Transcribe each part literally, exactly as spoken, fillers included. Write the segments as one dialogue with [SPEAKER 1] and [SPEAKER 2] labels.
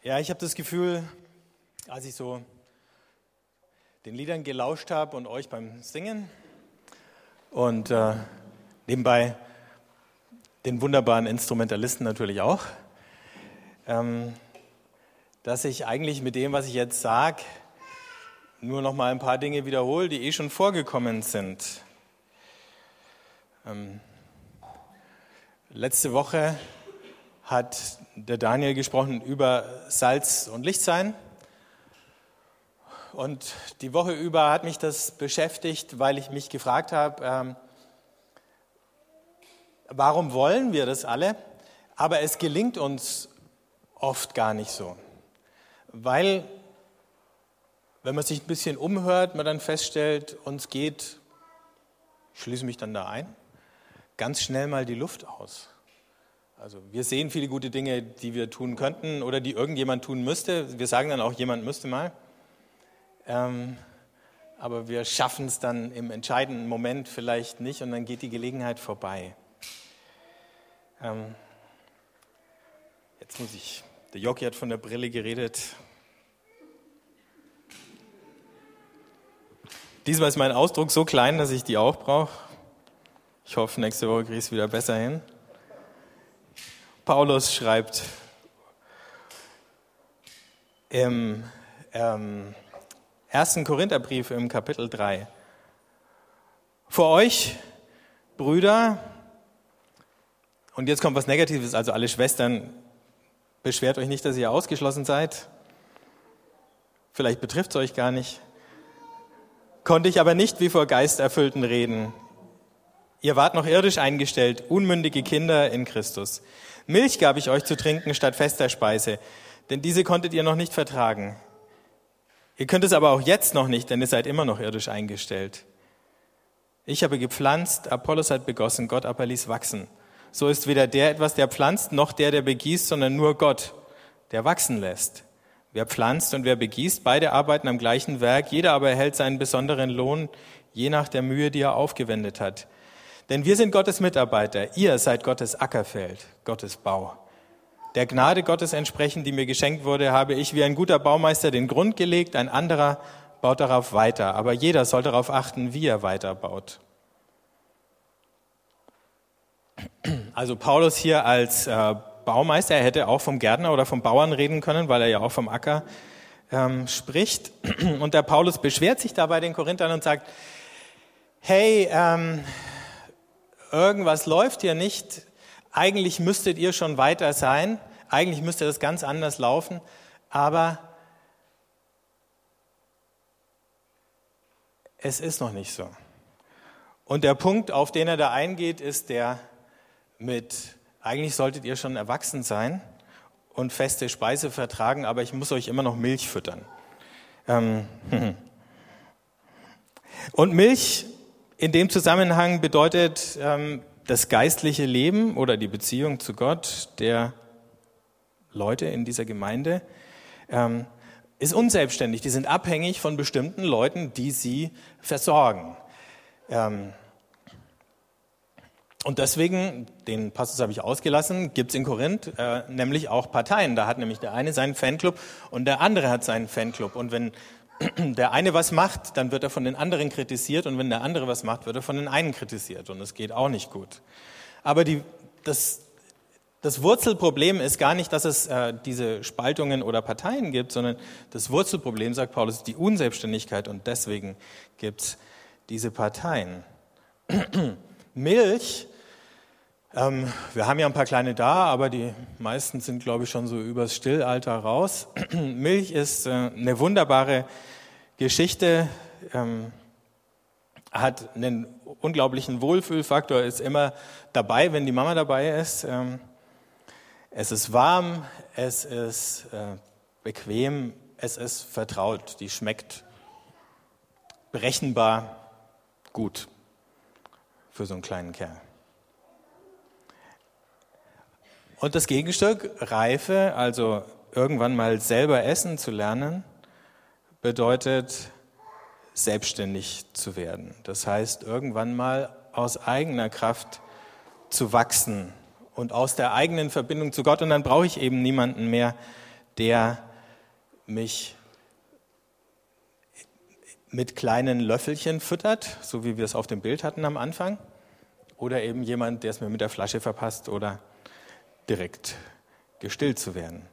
[SPEAKER 1] Ja, ich habe das Gefühl, als ich so den Liedern gelauscht habe und euch beim Singen und äh, nebenbei den wunderbaren Instrumentalisten natürlich auch, ähm, dass ich eigentlich mit dem, was ich jetzt sage, nur noch mal ein paar Dinge wiederhole, die eh schon vorgekommen sind. Ähm, letzte Woche hat der Daniel gesprochen über Salz und Licht sein. Und die Woche über hat mich das beschäftigt, weil ich mich gefragt habe, ähm, warum wollen wir das alle? Aber es gelingt uns oft gar nicht so. Weil, wenn man sich ein bisschen umhört, man dann feststellt, uns geht, ich schließe mich dann da ein, ganz schnell mal die Luft aus. Also wir sehen viele gute Dinge, die wir tun könnten oder die irgendjemand tun müsste. Wir sagen dann auch, jemand müsste mal. Ähm, aber wir schaffen es dann im entscheidenden Moment vielleicht nicht und dann geht die Gelegenheit vorbei. Ähm, jetzt muss ich, der Jockey hat von der Brille geredet. Diesmal ist mein Ausdruck so klein, dass ich die auch brauche. Ich hoffe, nächste Woche kriege ich es wieder besser hin. Paulus schreibt im ähm, ersten Korintherbrief im Kapitel drei. Vor euch, Brüder, und jetzt kommt was Negatives, also alle Schwestern, beschwert euch nicht, dass ihr ausgeschlossen seid. Vielleicht betrifft es euch gar nicht. Konnte ich aber nicht wie vor Geisterfüllten reden. Ihr wart noch irdisch eingestellt, unmündige Kinder in Christus. Milch gab ich euch zu trinken statt fester Speise, denn diese konntet ihr noch nicht vertragen. Ihr könnt es aber auch jetzt noch nicht, denn ihr seid immer noch irdisch eingestellt. Ich habe gepflanzt, Apollos hat begossen, Gott aber ließ wachsen. So ist weder der etwas, der pflanzt, noch der, der begießt, sondern nur Gott, der wachsen lässt. Wer pflanzt und wer begießt, beide arbeiten am gleichen Werk, jeder aber erhält seinen besonderen Lohn, je nach der Mühe, die er aufgewendet hat. Denn wir sind Gottes Mitarbeiter, ihr seid Gottes Ackerfeld, Gottes Bau. Der Gnade Gottes entsprechend, die mir geschenkt wurde, habe ich wie ein guter Baumeister den Grund gelegt, ein anderer baut darauf weiter. Aber jeder soll darauf achten, wie er weiterbaut. Also Paulus hier als äh, Baumeister, er hätte auch vom Gärtner oder vom Bauern reden können, weil er ja auch vom Acker ähm, spricht. Und der Paulus beschwert sich da bei den Korinthern und sagt, hey, ähm, irgendwas läuft hier nicht. Eigentlich müsstet ihr schon weiter sein. Eigentlich müsste das ganz anders laufen. Aber es ist noch nicht so. Und der Punkt, auf den er da eingeht, ist der mit, eigentlich solltet ihr schon erwachsen sein und feste Speise vertragen, aber ich muss euch immer noch Milch füttern. Ähm, und Milch in dem Zusammenhang bedeutet ähm, das geistliche Leben oder die Beziehung zu Gott der Leute in dieser Gemeinde ähm, ist unselbstständig. Die sind abhängig von bestimmten Leuten, die sie versorgen. Ähm, und deswegen, den Passus habe ich ausgelassen, gibt es in Korinth äh, nämlich auch Parteien. Da hat nämlich der eine seinen Fanclub und der andere hat seinen Fanclub. Und wenn der eine was macht, dann wird er von den anderen kritisiert und wenn der andere was macht, wird er von den einen kritisiert und es geht auch nicht gut. Aber die, das, das Wurzelproblem ist gar nicht, dass es äh, diese Spaltungen oder Parteien gibt, sondern das Wurzelproblem, sagt Paulus, ist die Unselbstständigkeit und deswegen gibt es diese Parteien. Milch, ähm, wir haben ja ein paar kleine da, aber die meisten sind, glaube ich, schon so übers Stillalter raus. Milch ist äh, eine wunderbare Geschichte, ähm, hat einen unglaublichen Wohlfühlfaktor, ist immer dabei, wenn die Mama dabei ist. Ähm, es ist warm, es ist äh, bequem, es ist vertraut, die schmeckt berechenbar gut für so einen kleinen Kerl. Und das Gegenstück, Reife, also irgendwann mal selber essen zu lernen, bedeutet selbstständig zu werden. Das heißt, irgendwann mal aus eigener Kraft zu wachsen und aus der eigenen Verbindung zu Gott. Und dann brauche ich eben niemanden mehr, der mich mit kleinen Löffelchen füttert, so wie wir es auf dem Bild hatten am Anfang, oder eben jemand, der es mir mit der Flasche verpasst oder direkt gestillt zu werden.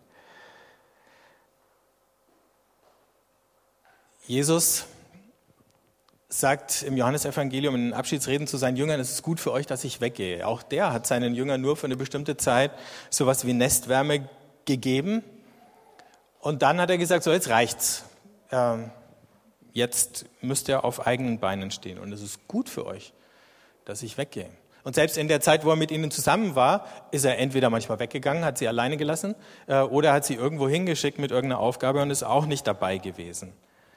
[SPEAKER 1] Jesus sagt im Johannesevangelium in den Abschiedsreden zu seinen Jüngern, es ist gut für euch, dass ich weggehe. Auch der hat seinen Jüngern nur für eine bestimmte Zeit sowas wie Nestwärme gegeben. Und dann hat er gesagt, so jetzt reicht's. Ähm, jetzt müsst ihr auf eigenen Beinen stehen. Und es ist gut für euch, dass ich weggehe. Und selbst in der Zeit, wo er mit ihnen zusammen war, ist er entweder manchmal weggegangen, hat sie alleine gelassen, äh, oder hat sie irgendwo hingeschickt mit irgendeiner Aufgabe und ist auch nicht dabei gewesen.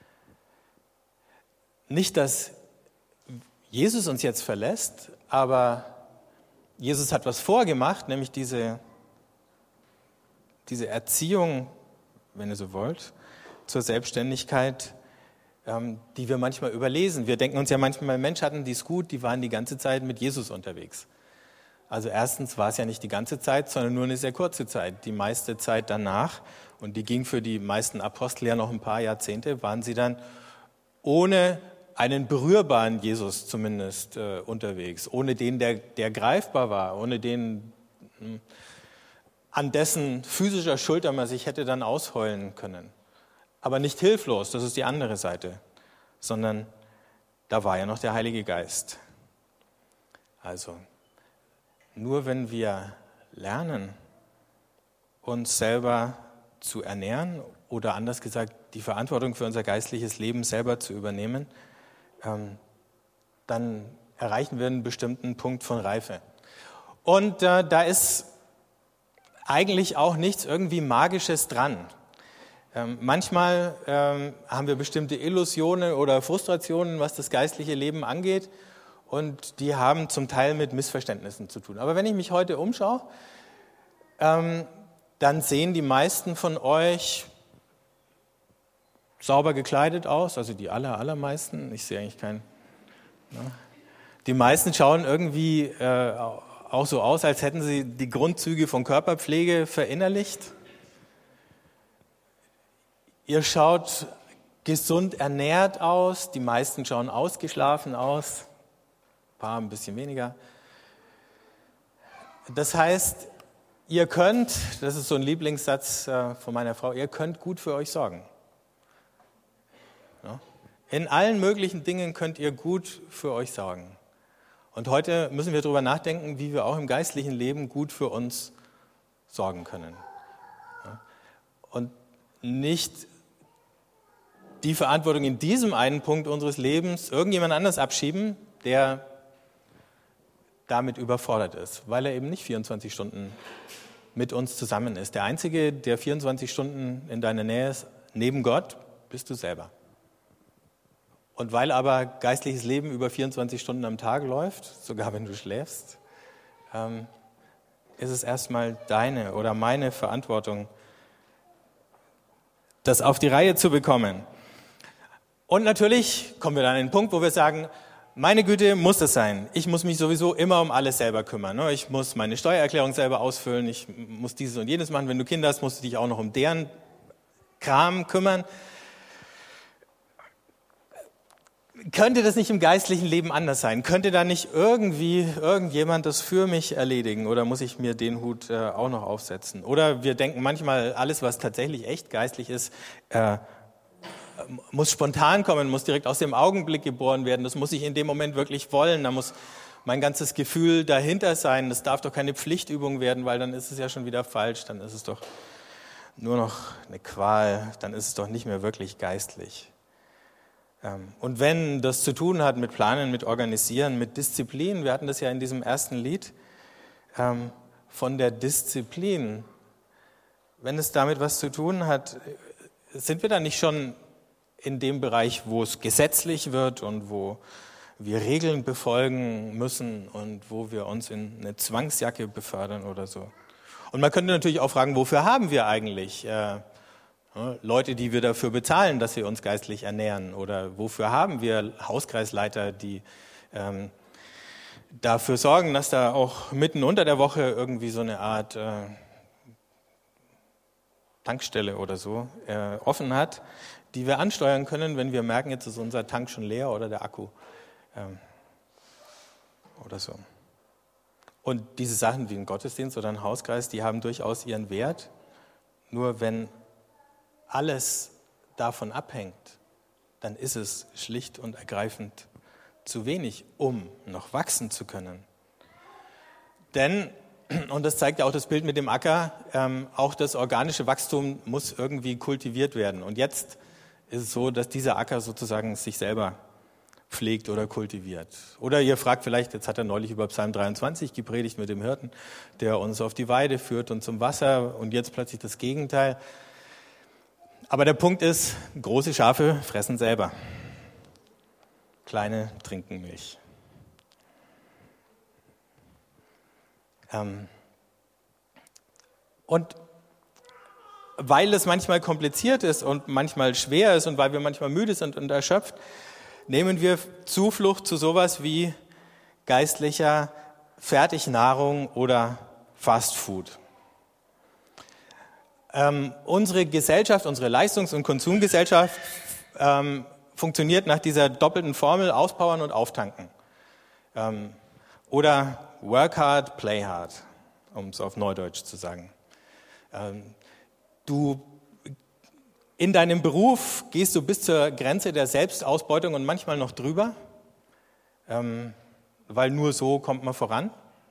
[SPEAKER 1] Nicht, dass Jesus uns jetzt verlässt, aber Jesus hat was vorgemacht, nämlich diese, diese Erziehung, wenn ihr so wollt, zur Selbstständigkeit, ähm, die wir manchmal überlesen. Wir denken uns ja manchmal, Mensch, hatten die es gut, die waren die ganze Zeit mit Jesus unterwegs. Also erstens war es ja nicht die ganze Zeit, sondern nur eine sehr kurze Zeit. Die meiste Zeit danach, und die ging für die meisten Apostel ja noch ein paar Jahrzehnte, waren sie dann ohne einen berührbaren Jesus zumindest äh, unterwegs, ohne den, der, der greifbar war, ohne den, mh, an dessen physischer Schulter man sich hätte dann ausheulen können. Aber nicht hilflos, das ist die andere Seite, sondern da war ja noch der Heilige Geist. Also, nur wenn wir lernen, uns selber zu ernähren oder anders gesagt, die Verantwortung für unser geistliches Leben selber zu übernehmen, ähm, dann erreichen wir einen bestimmten Punkt von Reife. Und äh, da ist eigentlich auch nichts irgendwie Magisches dran. Ähm, manchmal ähm, haben wir bestimmte Illusionen oder Frustrationen, was das geistliche Leben angeht, und die haben zum Teil mit Missverständnissen zu tun. Aber wenn ich mich heute umschaue, ähm, dann sehen die meisten von euch sauber gekleidet aus, also die aller, allermeisten. Ich sehe eigentlich keinen. Ne? Die meisten schauen irgendwie äh, auch so aus, als hätten sie die Grundzüge von Körperpflege verinnerlicht. Ihr schaut gesund ernährt aus, die meisten schauen ausgeschlafen aus, ein paar ein bisschen weniger. Das heißt, ihr könnt, das ist so ein Lieblingssatz äh, von meiner Frau, ihr könnt gut für euch sorgen. Ja? In allen möglichen Dingen könnt ihr gut für euch sorgen. Und heute müssen wir darüber nachdenken, wie wir auch im geistlichen Leben gut für uns sorgen können. Ja? Und nicht die Verantwortung in diesem einen Punkt unseres Lebens irgendjemand anders abschieben, der damit überfordert ist, weil er eben nicht vierundzwanzig Stunden mit uns zusammen ist. Der Einzige, der vierundzwanzig Stunden in deiner Nähe ist, neben Gott, bist du selber. Und weil aber geistliches Leben über vierundzwanzig Stunden am Tag läuft, sogar wenn du schläfst, ähm, ist es erstmal deine oder meine Verantwortung, das auf die Reihe zu bekommen. Und natürlich kommen wir dann an den Punkt, wo wir sagen, meine Güte, muss das sein. Ich muss mich sowieso immer um alles selber kümmern. Ich muss meine Steuererklärung selber ausfüllen, ich muss dieses und jenes machen. Wenn du Kinder hast, musst du dich auch noch um deren Kram kümmern. Könnte das nicht im geistlichen Leben anders sein? Könnte da nicht irgendwie irgendjemand das für mich erledigen? Oder muss ich mir den Hut äh, auch noch aufsetzen? Oder wir denken manchmal, alles, was tatsächlich echt geistlich ist, äh, muss spontan kommen, muss direkt aus dem Augenblick geboren werden. Das muss ich in dem Moment wirklich wollen. Da muss mein ganzes Gefühl dahinter sein. Das darf doch keine Pflichtübung werden, weil dann ist es ja schon wieder falsch. Dann ist es doch nur noch eine Qual. Dann ist es doch nicht mehr wirklich geistlich. Und wenn das zu tun hat mit Planen, mit Organisieren, mit Disziplin, wir hatten das ja in diesem ersten Lied, von der Disziplin, wenn es damit was zu tun hat, sind wir da nicht schon in dem Bereich, wo es gesetzlich wird und wo wir Regeln befolgen müssen und wo wir uns in eine Zwangsjacke befördern oder so. Und man könnte natürlich auch fragen, wofür haben wir eigentlich äh, Leute, die wir dafür bezahlen, dass wir uns geistlich ernähren? Oder wofür haben wir Hauskreisleiter, die ähm, dafür sorgen, dass da auch mitten unter der Woche irgendwie so eine Art äh, Tankstelle oder so äh, offen hat, die wir ansteuern können, wenn wir merken, jetzt ist unser Tank schon leer oder der Akku ähm, oder so. Und diese Sachen wie ein Gottesdienst oder ein Hauskreis, die haben durchaus ihren Wert. Nur wenn alles davon abhängt, dann ist es schlicht und ergreifend zu wenig, um noch wachsen zu können. Denn, und das zeigt ja auch das Bild mit dem Acker, ähm, auch das organische Wachstum muss irgendwie kultiviert werden. Und jetzt ist es so, dass dieser Acker sozusagen sich selber pflegt oder kultiviert. Oder ihr fragt vielleicht, jetzt hat er neulich über Psalm dreiundzwanzig gepredigt mit dem Hirten, der uns auf die Weide führt und zum Wasser, und jetzt plötzlich das Gegenteil. Aber der Punkt ist, große Schafe fressen selber. Kleine trinken Milch. Ähm und weil es manchmal kompliziert ist und manchmal schwer ist und weil wir manchmal müde sind und erschöpft, nehmen wir Zuflucht zu sowas wie geistlicher Fertignahrung oder Fast Food. Ähm, unsere Gesellschaft, unsere Leistungs- und Konsumgesellschaft ähm, funktioniert nach dieser doppelten Formel auspowern und auftanken. Ähm, oder work hard, play hard, um es auf Neudeutsch zu sagen. Ähm, du in deinem Beruf gehst du bis zur Grenze der Selbstausbeutung und manchmal noch drüber, ähm, weil nur so kommt man voran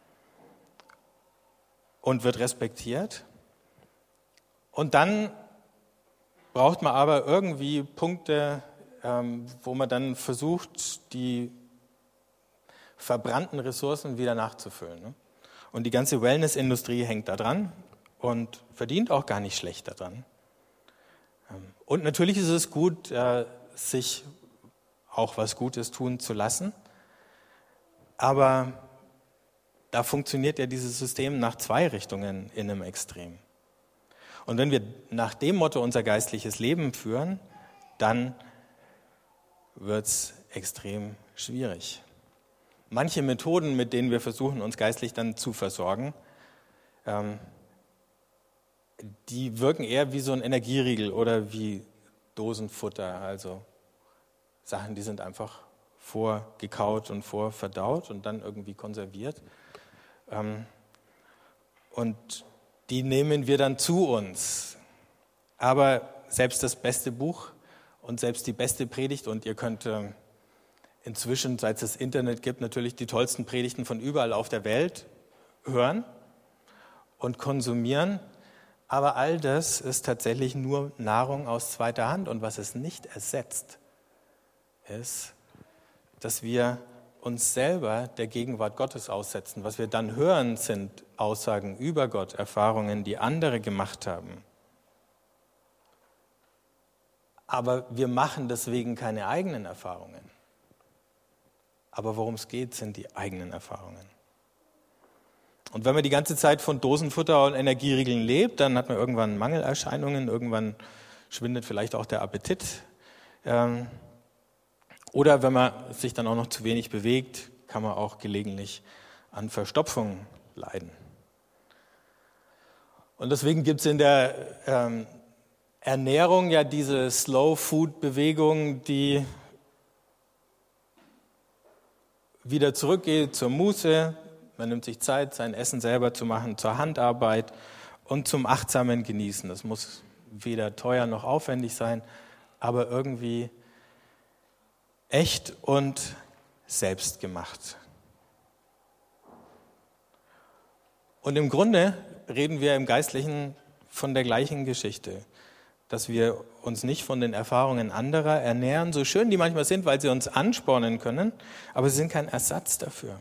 [SPEAKER 1] und wird respektiert. Und dann braucht man aber irgendwie Punkte, ähm, wo man dann versucht, die verbrannten Ressourcen wieder nachzufüllen. Ne? Und die ganze Wellness-Industrie hängt da dran und verdient auch gar nicht schlecht daran. Ähm, und natürlich ist es gut, äh, sich auch was Gutes tun zu lassen, aber da funktioniert ja dieses System nach zwei Richtungen in einem Extrem. Und wenn wir nach dem Motto unser geistliches Leben führen, dann wird es extrem schwierig. Manche Methoden, mit denen wir versuchen, uns geistlich dann zu versorgen, ähm, die wirken eher wie so ein Energieriegel oder wie Dosenfutter, also Sachen, die sind einfach vorgekaut und vorverdaut und dann irgendwie konserviert. Ähm, und die nehmen wir dann zu uns. Aber selbst das beste Buch und selbst die beste Predigt, und ihr könnt äh, inzwischen, seit es das Internet gibt, natürlich die tollsten Predigten von überall auf der Welt hören und konsumieren. Aber all das ist tatsächlich nur Nahrung aus zweiter Hand. Und was es nicht ersetzt, ist, dass wir uns selber der Gegenwart Gottes aussetzen. Was wir dann hören, sind Aussagen über Gott, Erfahrungen, die andere gemacht haben. Aber wir machen deswegen keine eigenen Erfahrungen. Aber worum es geht, sind die eigenen Erfahrungen. Und wenn man die ganze Zeit von Dosenfutter und Energieriegeln lebt, dann hat man irgendwann Mangelerscheinungen, irgendwann schwindet vielleicht auch der Appetit. Ähm, Oder wenn man sich dann auch noch zu wenig bewegt, kann man auch gelegentlich an Verstopfung leiden. Und deswegen gibt es in der ähm, Ernährung ja diese Slow-Food-Bewegung, die wieder zurückgeht zur Muße. Man nimmt sich Zeit, sein Essen selber zu machen, zur Handarbeit und zum achtsamen Genießen. Das muss weder teuer noch aufwendig sein, aber irgendwie echt und selbstgemacht. Und im Grunde reden wir im Geistlichen von der gleichen Geschichte, dass wir uns nicht von den Erfahrungen anderer ernähren, so schön die manchmal sind, weil sie uns anspornen können, aber sie sind kein Ersatz dafür.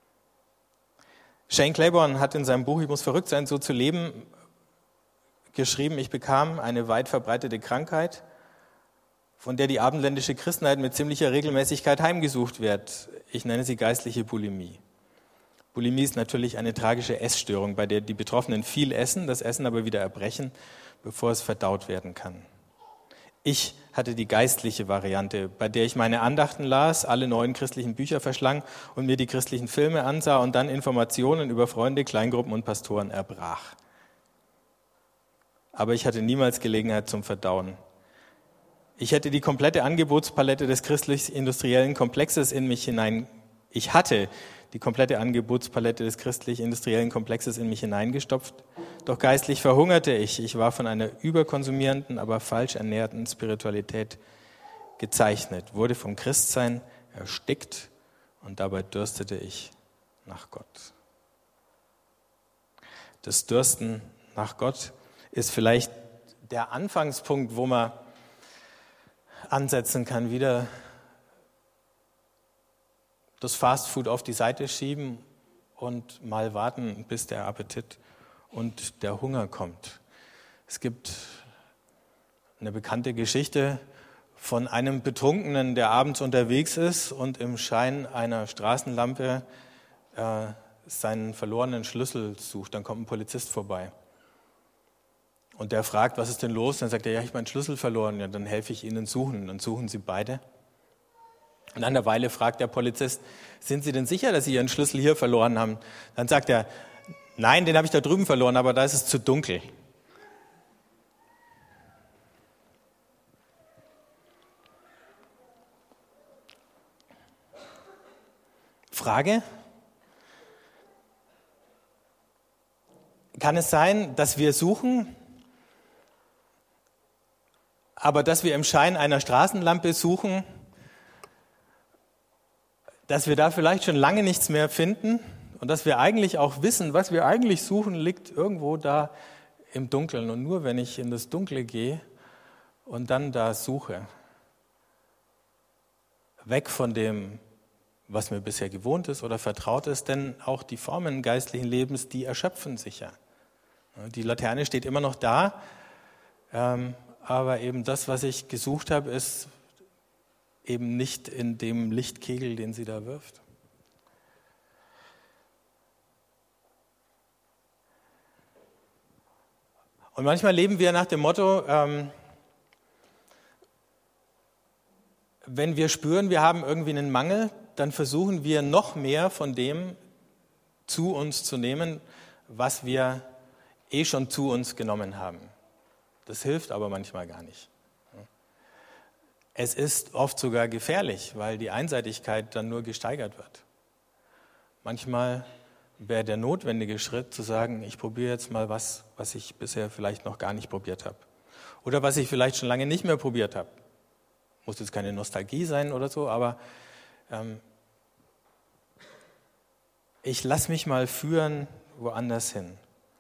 [SPEAKER 1] Shane Claiborne hat in seinem Buch Ich muss verrückt sein, so zu leben, geschrieben, ich bekam eine weit verbreitete Krankheit, von der die abendländische Christenheit mit ziemlicher Regelmäßigkeit heimgesucht wird. Ich nenne sie geistliche Bulimie. Bulimie ist natürlich eine tragische Essstörung, bei der die Betroffenen viel essen, das Essen aber wieder erbrechen, bevor es verdaut werden kann. Ich hatte die geistliche Variante, bei der ich meine Andachten las, alle neuen christlichen Bücher verschlang und mir die christlichen Filme ansah und dann Informationen über Freunde, Kleingruppen und Pastoren erbrach. aber ich hatte niemals Gelegenheit zum Verdauen. Ich hätte die komplette Angebotspalette des christlich-industriellen Komplexes in mich hinein, ich hatte die komplette Angebotspalette des christlich-industriellen Komplexes in mich hineingestopft, doch geistlich verhungerte ich. Ich war von einer überkonsumierenden, aber falsch ernährten Spiritualität gezeichnet, wurde vom Christsein erstickt und dabei dürstete ich nach Gott. Das Dürsten nach Gott ist vielleicht der Anfangspunkt, wo man ansetzen kann, wieder das Fastfood auf die Seite schieben und mal warten, bis der Appetit und der Hunger kommt. Es gibt eine bekannte Geschichte von einem Betrunkenen, der abends unterwegs ist und im Schein einer Straßenlampe äh, seinen verlorenen Schlüssel sucht. Dann kommt ein Polizist vorbei. Und der fragt, was ist denn los? Dann sagt er, ja, ich habe meinen Schlüssel verloren. Ja, dann helfe ich Ihnen suchen. Dann suchen sie beide. Und nach einer Weile fragt der Polizist, sind Sie denn sicher, dass Sie Ihren Schlüssel hier verloren haben? Dann sagt er, nein, den habe ich da drüben verloren, aber da ist es zu dunkel. Frage: Kann es sein, dass wir suchen, aber dass wir im Schein einer Straßenlampe suchen, dass wir da vielleicht schon lange nichts mehr finden und dass wir eigentlich auch wissen, was wir eigentlich suchen, liegt irgendwo da im Dunkeln. Und nur wenn ich in das Dunkle gehe und dann da suche, weg von dem, was mir bisher gewohnt ist oder vertraut ist, denn auch die Formen geistlichen Lebens, die erschöpfen sich ja. Die Laterne steht immer noch da, ähm, aber eben das, was ich gesucht habe, ist eben nicht in dem Lichtkegel, den sie da wirft. Und manchmal leben wir nach dem Motto, ähm, wenn wir spüren, wir haben irgendwie einen Mangel, dann versuchen wir noch mehr von dem zu uns zu nehmen, was wir eh schon zu uns genommen haben. Das hilft aber manchmal gar nicht. Es ist oft sogar gefährlich, weil die Einseitigkeit dann nur gesteigert wird. Manchmal wäre der notwendige Schritt zu sagen, ich probiere jetzt mal was, was ich bisher vielleicht noch gar nicht probiert habe. Oder was ich vielleicht schon lange nicht mehr probiert habe. Muss jetzt keine Nostalgie sein oder so, aber ähm, ich lasse mich mal führen woanders hin.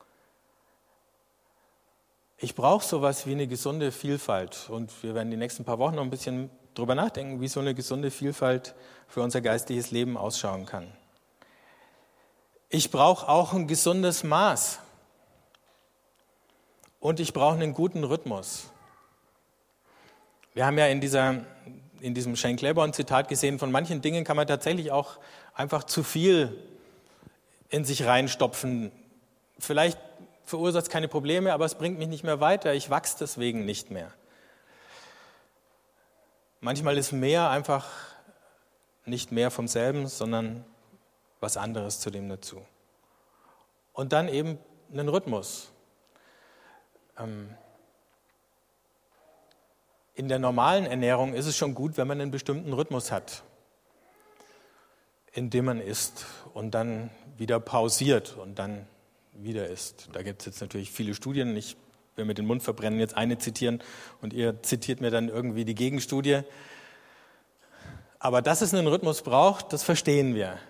[SPEAKER 1] Ich brauche sowas wie eine gesunde Vielfalt und wir werden die nächsten paar Wochen noch ein bisschen drüber nachdenken, wie so eine gesunde Vielfalt für unser geistliches Leben ausschauen kann. Ich brauche auch ein gesundes Maß und ich brauche einen guten Rhythmus. Wir haben ja in, dieser, in diesem Shane Claiborne-Zitat gesehen, von manchen Dingen kann man tatsächlich auch einfach zu viel in sich reinstopfen. Vielleicht verursacht es keine Probleme, aber es bringt mich nicht mehr weiter. Ich wachse deswegen nicht mehr. Manchmal ist mehr einfach nicht mehr vom selben, sondern was anderes zu dem dazu. Und dann eben einen Rhythmus. In der normalen Ernährung ist es schon gut, wenn man einen bestimmten Rhythmus hat, in dem man isst und dann wieder pausiert und dann wieder isst. Da gibt es jetzt natürlich viele Studien. Ich will mit dem Mund verbrennen, jetzt eine zitieren und ihr zitiert mir dann irgendwie die Gegenstudie. Aber dass es einen Rhythmus braucht, das verstehen wir.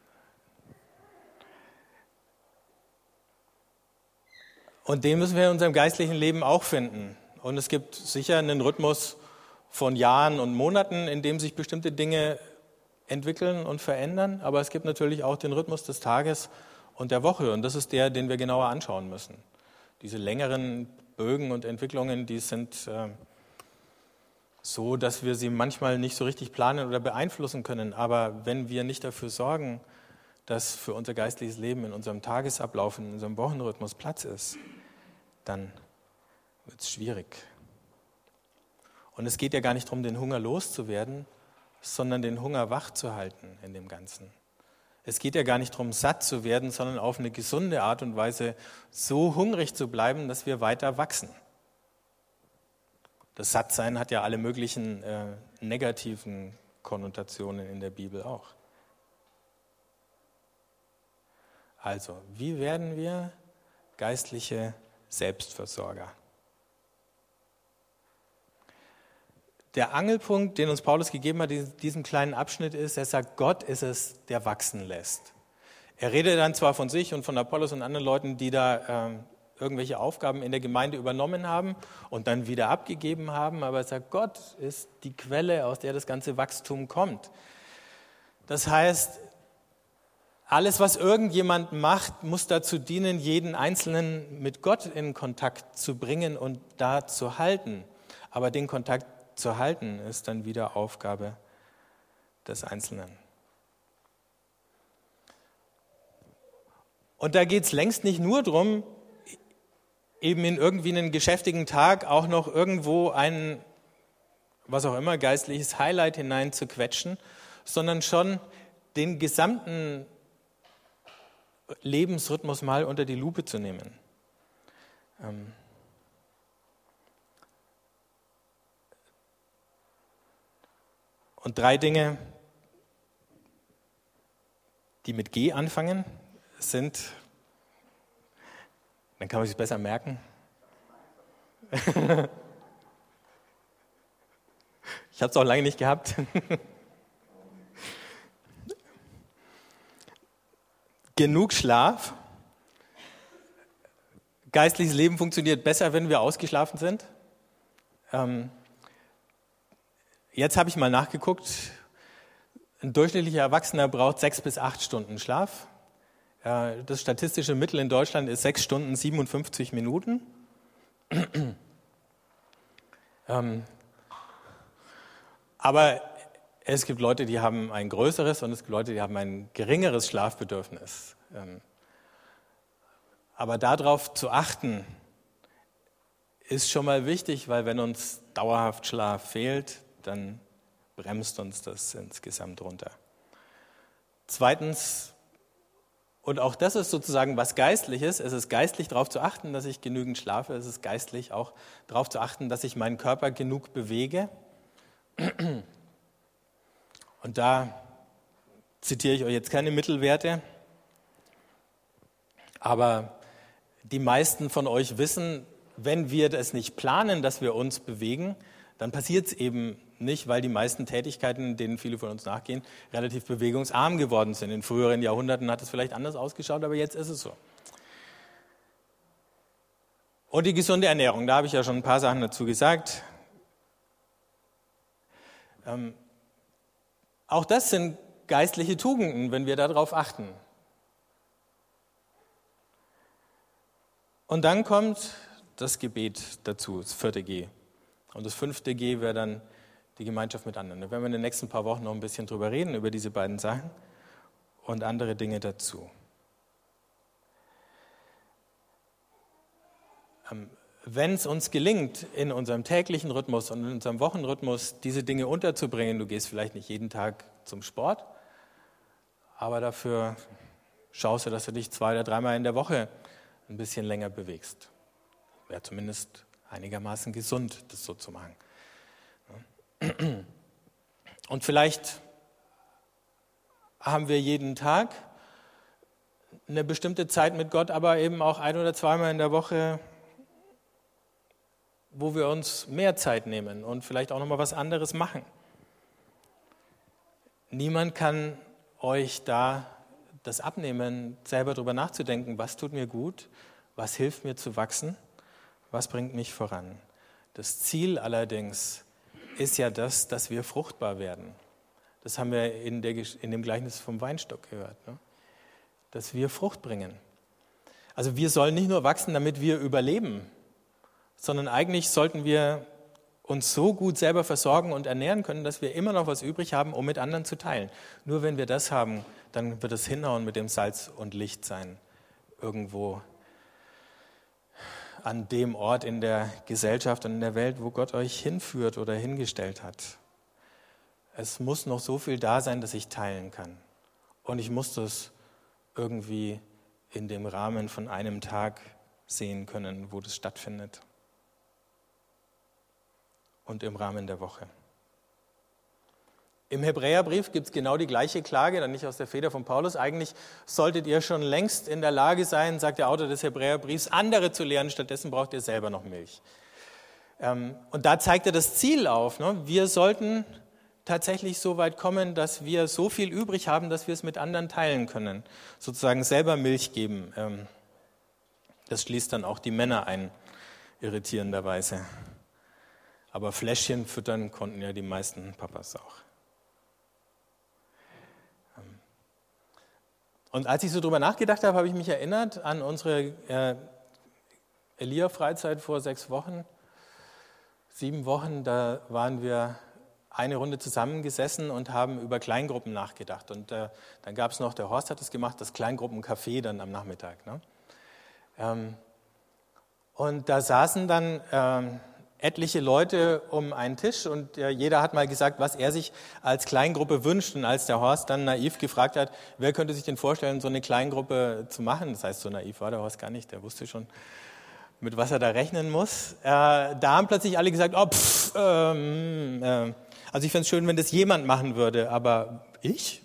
[SPEAKER 1] Und den müssen wir in unserem geistlichen Leben auch finden. Und es gibt sicher einen Rhythmus von Jahren und Monaten, in dem sich bestimmte Dinge entwickeln und verändern. Aber es gibt natürlich auch den Rhythmus des Tages und der Woche. Und das ist der, den wir genauer anschauen müssen. Diese längeren Bögen und Entwicklungen, die sind äh, so, dass wir sie manchmal nicht so richtig planen oder beeinflussen können. Aber wenn wir nicht dafür sorgen, dass für unser geistliches Leben in unserem Tagesablauf, in unserem Wochenrhythmus Platz ist, dann wird es schwierig. Und es geht ja gar nicht darum, den Hunger loszuwerden, sondern den Hunger wach zu halten in dem Ganzen. Es geht ja gar nicht darum, satt zu werden, sondern auf eine gesunde Art und Weise so hungrig zu bleiben, dass wir weiter wachsen. Das Sattsein hat ja alle möglichen äh, negativen Konnotationen in der Bibel auch. Also, wie werden wir geistliche Selbstversorger? Der Angelpunkt, den uns Paulus gegeben hat in diesem kleinen Abschnitt ist, er sagt, Gott ist es, der wachsen lässt. Er redet dann zwar von sich und von Apollos und anderen Leuten, die da äh, irgendwelche Aufgaben in der Gemeinde übernommen haben und dann wieder abgegeben haben, aber er sagt, Gott ist die Quelle, aus der das ganze Wachstum kommt. Das heißt, alles, was irgendjemand macht, muss dazu dienen, jeden Einzelnen mit Gott in Kontakt zu bringen und da zu halten. Aber den Kontakt zu halten, ist dann wieder Aufgabe des Einzelnen. Und da geht es längst nicht nur darum, eben in irgendwie einen geschäftigen Tag auch noch irgendwo ein, was auch immer, geistliches Highlight hinein zu quetschen, sondern schon den gesamten Lebensrhythmus mal unter die Lupe zu nehmen. Ähm Und drei Dinge, die mit G anfangen, sind, dann kann man sich besser merken. Ich habe es auch lange nicht gehabt. Genug Schlaf. Geistliches Leben funktioniert besser, wenn wir ausgeschlafen sind. Ähm, Jetzt habe ich mal nachgeguckt, ein durchschnittlicher Erwachsener braucht sechs bis acht Stunden Schlaf. Das statistische Mittel in Deutschland ist sechs Stunden siebenundfünfzig Minuten. Aber es gibt Leute, die haben ein größeres und es gibt Leute, die haben ein geringeres Schlafbedürfnis. Aber darauf zu achten, ist schon mal wichtig, weil wenn uns dauerhaft Schlaf fehlt, dann bremst uns das insgesamt runter. Zweitens, und auch das ist sozusagen was Geistliches, es ist geistlich darauf zu achten, dass ich genügend schlafe, es ist geistlich auch darauf zu achten, dass ich meinen Körper genug bewege. Und da zitiere ich euch jetzt keine Mittelwerte, aber die meisten von euch wissen, wenn wir das nicht planen, dass wir uns bewegen, dann passiert es eben nicht, weil die meisten Tätigkeiten, denen viele von uns nachgehen, relativ bewegungsarm geworden sind. In früheren Jahrhunderten hat es vielleicht anders ausgeschaut, aber jetzt ist es so. Und die gesunde Ernährung, da habe ich ja schon ein paar Sachen dazu gesagt. Ähm, auch das sind geistliche Tugenden, wenn wir darauf achten. Und dann kommt das Gebet dazu, das vierte G. Und das fünfte G wäre dann die Gemeinschaft mit anderen. Da werden wir in den nächsten paar Wochen noch ein bisschen drüber reden, über diese beiden Sachen und andere Dinge dazu. Wenn es uns gelingt, in unserem täglichen Rhythmus und in unserem Wochenrhythmus diese Dinge unterzubringen, du gehst vielleicht nicht jeden Tag zum Sport, aber dafür schaust du, dass du dich zwei oder dreimal in der Woche ein bisschen länger bewegst. Wäre zumindest einigermaßen gesund, das so zu machen. Und vielleicht haben wir jeden Tag eine bestimmte Zeit mit Gott, aber eben auch ein- oder zweimal in der Woche, wo wir uns mehr Zeit nehmen und vielleicht auch nochmal was anderes machen. Niemand kann euch da das abnehmen, selber darüber nachzudenken, was tut mir gut, was hilft mir zu wachsen, was bringt mich voran. Das Ziel allerdings ist ja das, dass wir fruchtbar werden. Das haben wir in, der, in dem Gleichnis vom Weinstock gehört, ne? Dass wir Frucht bringen. Also wir sollen nicht nur wachsen, damit wir überleben, sondern eigentlich sollten wir uns so gut selber versorgen und ernähren können, dass wir immer noch was übrig haben, um mit anderen zu teilen. Nur wenn wir das haben, dann wird es hinhauen mit dem Salz und Licht sein, irgendwo an dem Ort in der Gesellschaft und in der Welt, wo Gott euch hinführt oder hingestellt hat. Es muss noch so viel da sein, dass ich teilen kann. Und ich muss das irgendwie in dem Rahmen von einem Tag sehen können, wo das stattfindet. und im Rahmen der Woche. Im Hebräerbrief gibt es genau die gleiche Klage, dann nicht aus der Feder von Paulus. Eigentlich solltet ihr schon längst in der Lage sein, sagt der Autor des Hebräerbriefs, andere zu lehren, stattdessen braucht ihr selber noch Milch. Und da zeigt er das Ziel auf. Wir sollten tatsächlich so weit kommen, dass wir so viel übrig haben, dass wir es mit anderen teilen können, sozusagen selber Milch geben. Das schließt dann auch die Männer ein, irritierenderweise. Aber Fläschchen füttern konnten ja die meisten Papas auch. Und als ich so drüber nachgedacht habe, habe ich mich erinnert an unsere äh, Elia-Freizeit vor sechs Wochen, sieben Wochen. Da waren wir eine Runde zusammengesessen und haben über Kleingruppen nachgedacht. Und äh, dann gab es noch, der Horst hat es gemacht, das Kleingruppencafé dann am Nachmittag. Ne? Ähm, und da saßen dann ähm, etliche Leute um einen Tisch und äh, jeder hat mal gesagt, was er sich als Kleingruppe wünscht. Und als der Horst dann naiv gefragt hat, wer könnte sich denn vorstellen, so eine Kleingruppe zu machen, das heißt, so naiv war der Horst gar nicht, der wusste schon, mit was er da rechnen muss. Äh, da haben plötzlich alle gesagt, oh, pff, ähm, äh, also ich fände es schön, wenn das jemand machen würde, aber ich?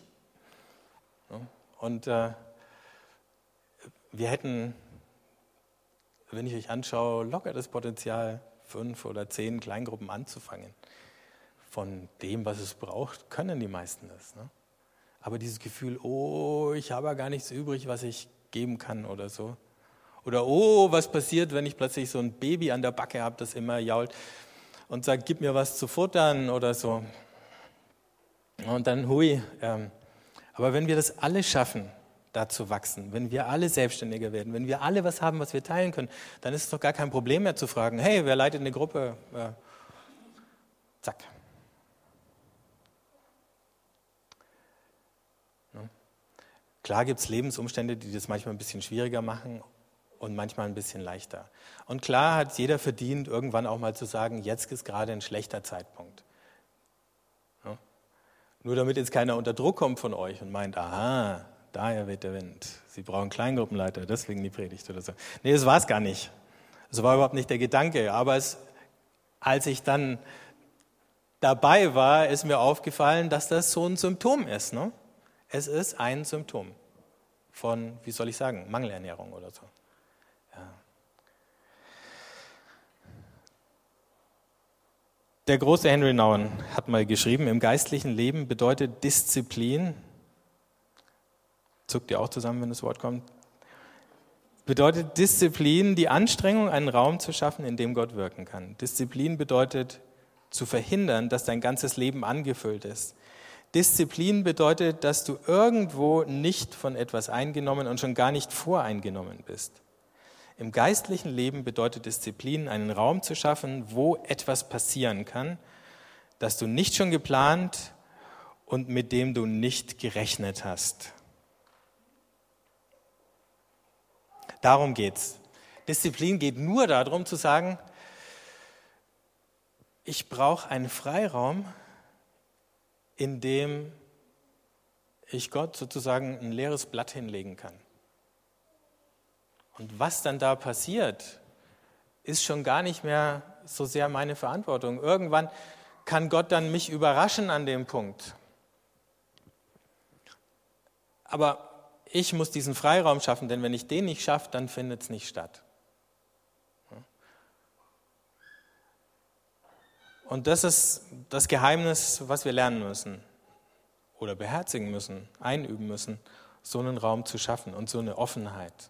[SPEAKER 1] Und äh, wir hätten, wenn ich euch anschaue, locker das Potenzial, fünf oder zehn Kleingruppen anzufangen. Von dem, was es braucht, können die meisten das. Ne? Aber dieses Gefühl, oh, ich habe ja gar nichts übrig, was ich geben kann oder so. Oder oh, was passiert, wenn ich plötzlich so ein Baby an der Backe habe, das immer jault und sagt, gib mir was zu futtern oder so. Und dann hui. Ähm, aber wenn wir das alle schaffen, da zu wachsen, wenn wir alle selbstständiger werden, wenn wir alle was haben, was wir teilen können, dann ist es doch gar kein Problem mehr zu fragen, hey, wer leitet eine Gruppe? Äh, zack. Ne? Klar gibt es Lebensumstände, die das manchmal ein bisschen schwieriger machen und manchmal ein bisschen leichter. Und klar hat jeder verdient, irgendwann auch mal zu sagen, jetzt ist gerade ein schlechter Zeitpunkt. Ne? Nur damit jetzt keiner unter Druck kommt von euch und meint, aha, daher weht der Wind. Sie brauchen Kleingruppenleiter, deswegen die Predigt oder so. Nee, das war es gar nicht. Das war überhaupt nicht der Gedanke. Aber es, als ich dann dabei war, ist mir aufgefallen, dass das so ein Symptom ist. Ne? Es ist ein Symptom von, wie soll ich sagen, Mangelernährung oder so. Ja. Der große Henry Nouwen hat mal geschrieben, im geistlichen Leben bedeutet Disziplin, zuckt ihr auch zusammen, wenn das Wort kommt, bedeutet Disziplin, die Anstrengung, einen Raum zu schaffen, in dem Gott wirken kann. Disziplin bedeutet zu verhindern, dass dein ganzes Leben angefüllt ist. Disziplin bedeutet, dass du irgendwo nicht von etwas eingenommen und schon gar nicht voreingenommen bist. Im geistlichen Leben bedeutet Disziplin, einen Raum zu schaffen, wo etwas passieren kann, das du nicht schon geplant und mit dem du nicht gerechnet hast. Darum geht's. Disziplin geht nur darum zu sagen, ich brauche einen Freiraum, in dem ich Gott sozusagen ein leeres Blatt hinlegen kann. Und was dann da passiert, ist schon gar nicht mehr so sehr meine Verantwortung. Irgendwann kann Gott dann mich überraschen an dem Punkt. Aber ich muss diesen Freiraum schaffen, denn wenn ich den nicht schaffe, dann findet es nicht statt. Und das ist das Geheimnis, was wir lernen müssen oder beherzigen müssen, einüben müssen, so einen Raum zu schaffen und so eine Offenheit.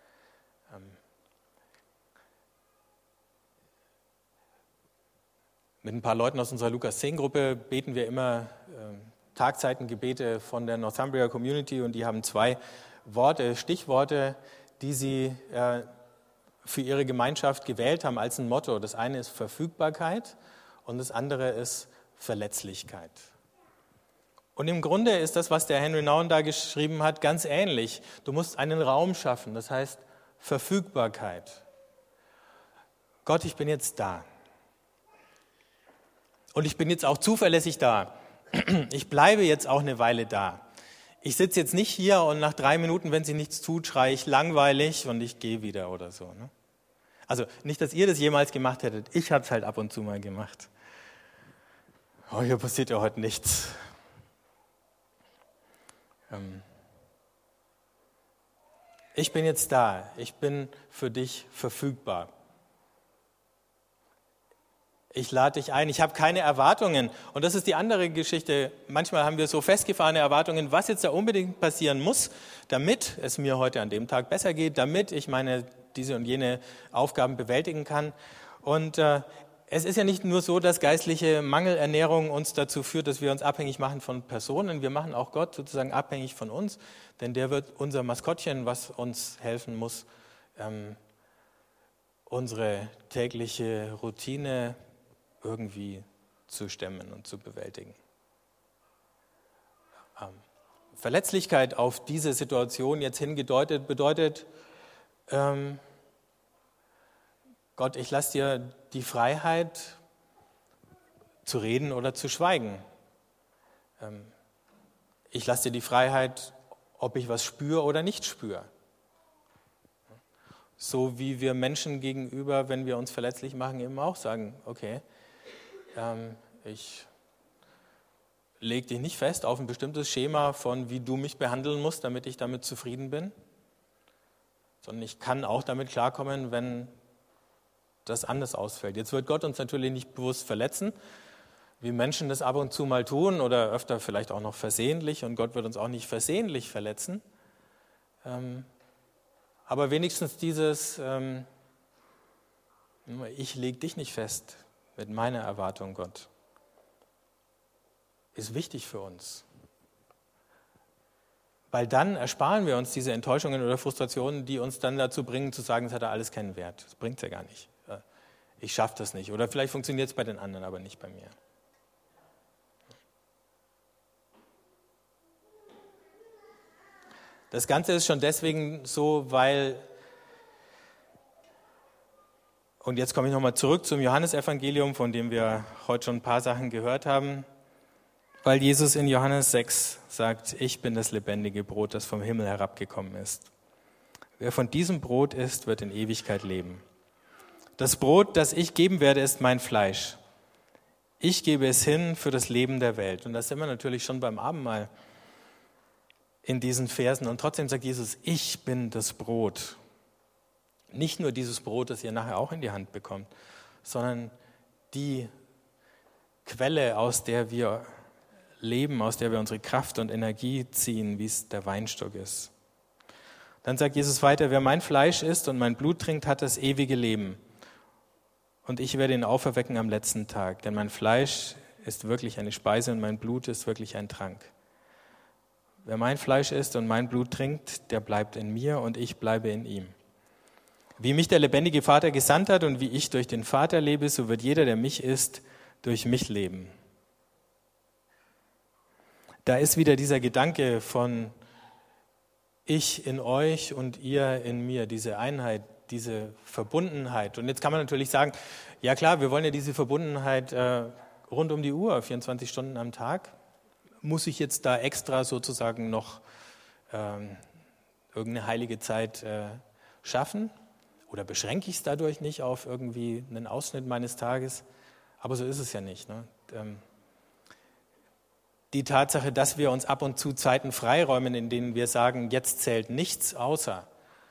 [SPEAKER 1] Mit ein paar Leuten aus unserer Lukas zehn Gruppe beten wir immer Tagzeitengebete von der Northumbria Community und die haben zwei Worte, Stichworte, die sie äh, für ihre Gemeinschaft gewählt haben als ein Motto. Das eine ist Verfügbarkeit und das andere ist Verletzlichkeit. Und im Grunde ist das, was der Henry Nouwen da geschrieben hat, ganz ähnlich. Du musst einen Raum schaffen, das heißt Verfügbarkeit. Gott, ich bin jetzt da. Und ich bin jetzt auch zuverlässig da. Ich bleibe jetzt auch eine Weile da. Ich sitze jetzt nicht hier und nach drei Minuten, wenn sie nichts tut, schreie ich langweilig und ich gehe wieder oder so. Ne? Also nicht, dass ihr das jemals gemacht hättet. Ich habe es halt ab und zu mal gemacht. oh, hier passiert ja heute nichts. Ähm, ich bin jetzt da, ich bin für dich verfügbar. Ich lade dich ein, ich habe keine Erwartungen. Und das ist die andere Geschichte. Manchmal haben wir so festgefahrene Erwartungen, was jetzt da unbedingt passieren muss, damit es mir heute an dem Tag besser geht, damit ich meine diese und jene Aufgaben bewältigen kann. Und äh, es ist ja nicht nur so, dass geistliche Mangelernährung uns dazu führt, dass wir uns abhängig machen von Personen. Wir machen auch Gott sozusagen abhängig von uns, denn der wird unser Maskottchen, was uns helfen muss, ähm, unsere tägliche Routine irgendwie zu stemmen und zu bewältigen. Ähm, Verletzlichkeit auf diese Situation jetzt hingedeutet bedeutet, ähm, Gott, ich lasse dir die Freiheit zu reden oder zu schweigen. Ähm, ich lasse dir die Freiheit, ob ich was spüre oder nicht spüre. So wie wir Menschen gegenüber, wenn wir uns verletzlich machen, eben auch sagen, okay, ähm, ich lege dich nicht fest auf ein bestimmtes Schema von, wie du mich behandeln musst, damit ich damit zufrieden bin, sondern ich kann auch damit klarkommen, wenn das anders ausfällt. Jetzt wird Gott uns natürlich nicht bewusst verletzen, wie Menschen das ab und zu mal tun oder öfter vielleicht auch noch versehentlich, und Gott wird uns auch nicht versehentlich verletzen. Ähm, aber wenigstens dieses, ähm, ich lege dich nicht fest mit meiner Erwartung, Gott, ist wichtig für uns. Weil dann ersparen wir uns diese Enttäuschungen oder Frustrationen, die uns dann dazu bringen, zu sagen, es hat ja alles keinen Wert. Das bringt es ja gar nicht. Ich schaffe das nicht. Oder vielleicht funktioniert es bei den anderen, aber nicht bei mir. Das Ganze ist schon deswegen so, weil, und jetzt komme ich nochmal zurück zum Johannesevangelium, von dem wir heute schon ein paar Sachen gehört haben, weil Jesus in Johannes sechs sagt, ich bin das lebendige Brot, das vom Himmel herabgekommen ist. Wer von diesem Brot isst, wird in Ewigkeit leben. Das Brot, das ich geben werde, ist mein Fleisch. Ich gebe es hin für das Leben der Welt. Und da sind wir natürlich schon beim Abendmahl in diesen Versen. Und trotzdem sagt Jesus, ich bin das Brot. Nicht nur dieses Brot, das ihr nachher auch in die Hand bekommt, sondern die Quelle, aus der wir leben, aus der wir unsere Kraft und Energie ziehen, wie es der Weinstock ist. Dann sagt Jesus weiter, wer mein Fleisch isst und mein Blut trinkt, hat das ewige Leben. Und ich werde ihn auferwecken am letzten Tag, denn mein Fleisch ist wirklich eine Speise und mein Blut ist wirklich ein Trank. Wer mein Fleisch isst und mein Blut trinkt, der bleibt in mir und ich bleibe in ihm. Wie mich der lebendige Vater gesandt hat und wie ich durch den Vater lebe, so wird jeder, der mich isst, durch mich leben. Da ist wieder dieser Gedanke von ich in euch und ihr in mir, diese Einheit, diese Verbundenheit. Und jetzt kann man natürlich sagen, ja klar, wir wollen ja diese Verbundenheit äh, rund um die Uhr, vierundzwanzig Stunden am Tag. Muss ich jetzt da extra sozusagen noch ähm, irgendeine heilige Zeit äh, schaffen? Oder beschränke ich es dadurch nicht auf irgendwie einen Ausschnitt meines Tages? Aber so ist es ja nicht. Ne? Ähm, die Tatsache, dass wir uns ab und zu Zeiten freiräumen, in denen wir sagen, jetzt zählt nichts außer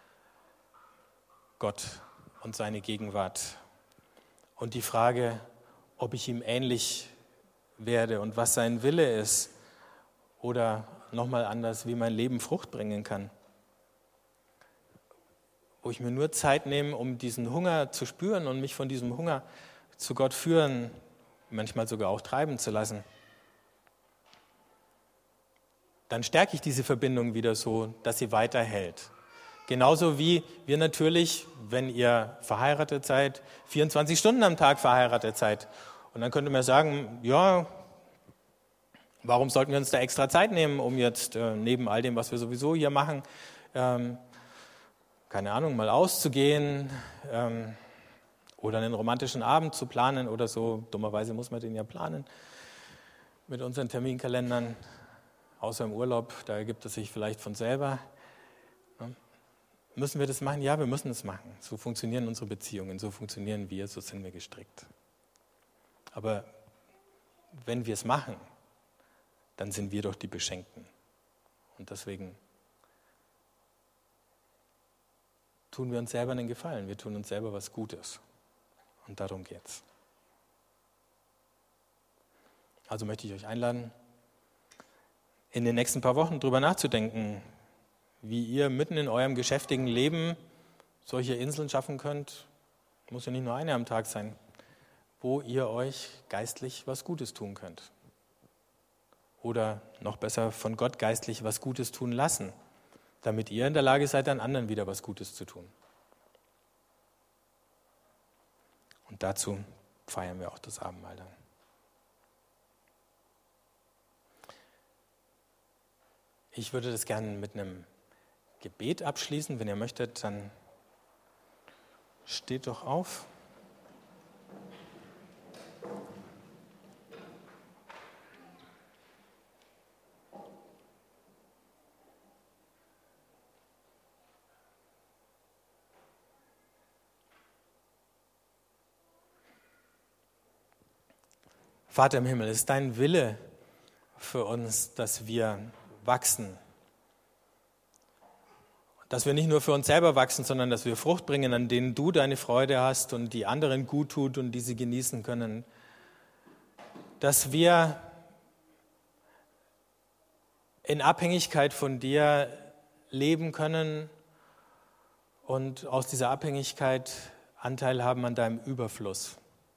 [SPEAKER 1] Gott und seine Gegenwart. Und die Frage, ob ich ihm ähnlich werde und was sein Wille ist. Oder nochmal anders, wie mein Leben Frucht bringen kann. Wo ich mir nur Zeit nehme, um diesen Hunger zu spüren und mich von diesem Hunger zu Gott führen, manchmal sogar auch treiben zu lassen. Dann stärke ich diese Verbindung wieder so, dass sie weiterhält. Genauso wie wir natürlich, wenn ihr verheiratet seid, vierundzwanzig Stunden am Tag verheiratet seid. Und dann könnte man sagen, ja, warum sollten wir uns da extra Zeit nehmen, um jetzt äh, neben all dem, was wir sowieso hier machen, ähm, keine Ahnung, mal auszugehen ähm, oder einen romantischen Abend zu planen oder so. Dummerweise muss man den ja planen mit unseren Terminkalendern. Außer im Urlaub, da ergibt es sich vielleicht von selber. Ja. Müssen wir das machen? Ja, wir müssen es machen. So funktionieren unsere Beziehungen, so funktionieren wir, so sind wir gestrickt. Aber wenn wir es machen, dann sind wir doch die Beschenkten. Und deswegen tun wir uns selber einen Gefallen. Wir tun uns selber was Gutes. Und darum geht's. Also möchte ich euch einladen, in den nächsten paar Wochen drüber nachzudenken, wie ihr mitten in eurem geschäftigen Leben solche Inseln schaffen könnt. Muss ja nicht nur eine am Tag sein, wo ihr euch geistlich was Gutes tun könnt. Oder noch besser, von Gott geistlich was Gutes tun lassen, damit ihr in der Lage seid, an anderen wieder was Gutes zu tun. Und dazu feiern wir auch das Abendmahl dann. Ich würde das gerne mit einem Gebet abschließen. Wenn ihr möchtet, dann steht doch auf. Vater im Himmel, es ist dein Wille für uns, dass wir wachsen. Dass wir nicht nur für uns selber wachsen, sondern dass wir Frucht bringen, an denen du deine Freude hast und die anderen gut tut und die sie genießen können. Dass wir in Abhängigkeit von dir leben können und aus dieser Abhängigkeit Anteil haben an deinem Überfluss.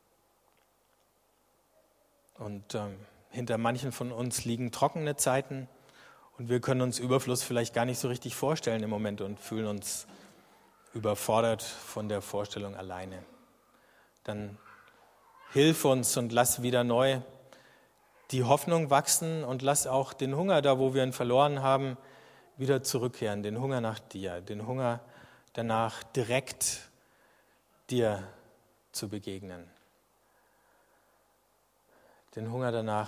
[SPEAKER 1] Und ähm, hinter manchen von uns liegen trockene Zeiten und wir können uns Überfluss vielleicht gar nicht so richtig vorstellen im Moment und fühlen uns überfordert von der Vorstellung alleine. Dann hilf uns und lass wieder neu die Hoffnung wachsen und lass auch den Hunger, da wo wir ihn verloren haben, wieder zurückkehren. Den Hunger nach dir, den Hunger danach, direkt dir zu begegnen. Den Hunger danach,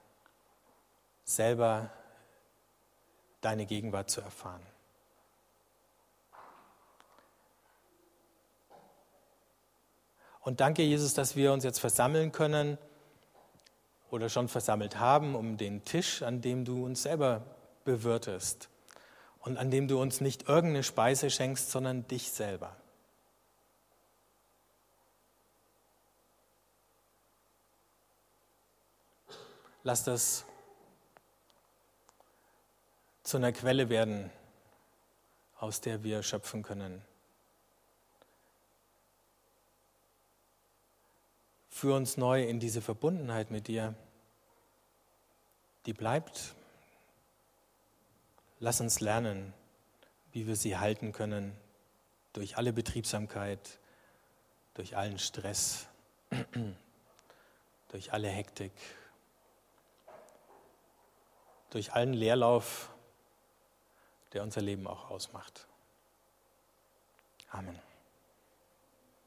[SPEAKER 1] selber deine Gegenwart zu erfahren. Und danke, Jesus, dass wir uns jetzt versammeln können oder schon versammelt haben um den Tisch, an dem du uns selber bewirtest und an dem du uns nicht irgendeine Speise schenkst, sondern dich selber. Lass das zu einer Quelle werden, aus der wir schöpfen können. Führ uns neu in diese Verbundenheit mit dir, die bleibt. Lass uns lernen, wie wir sie halten können, durch alle Betriebsamkeit, durch allen Stress, durch alle Hektik, durch allen Leerlauf, der unser Leben auch ausmacht. Amen.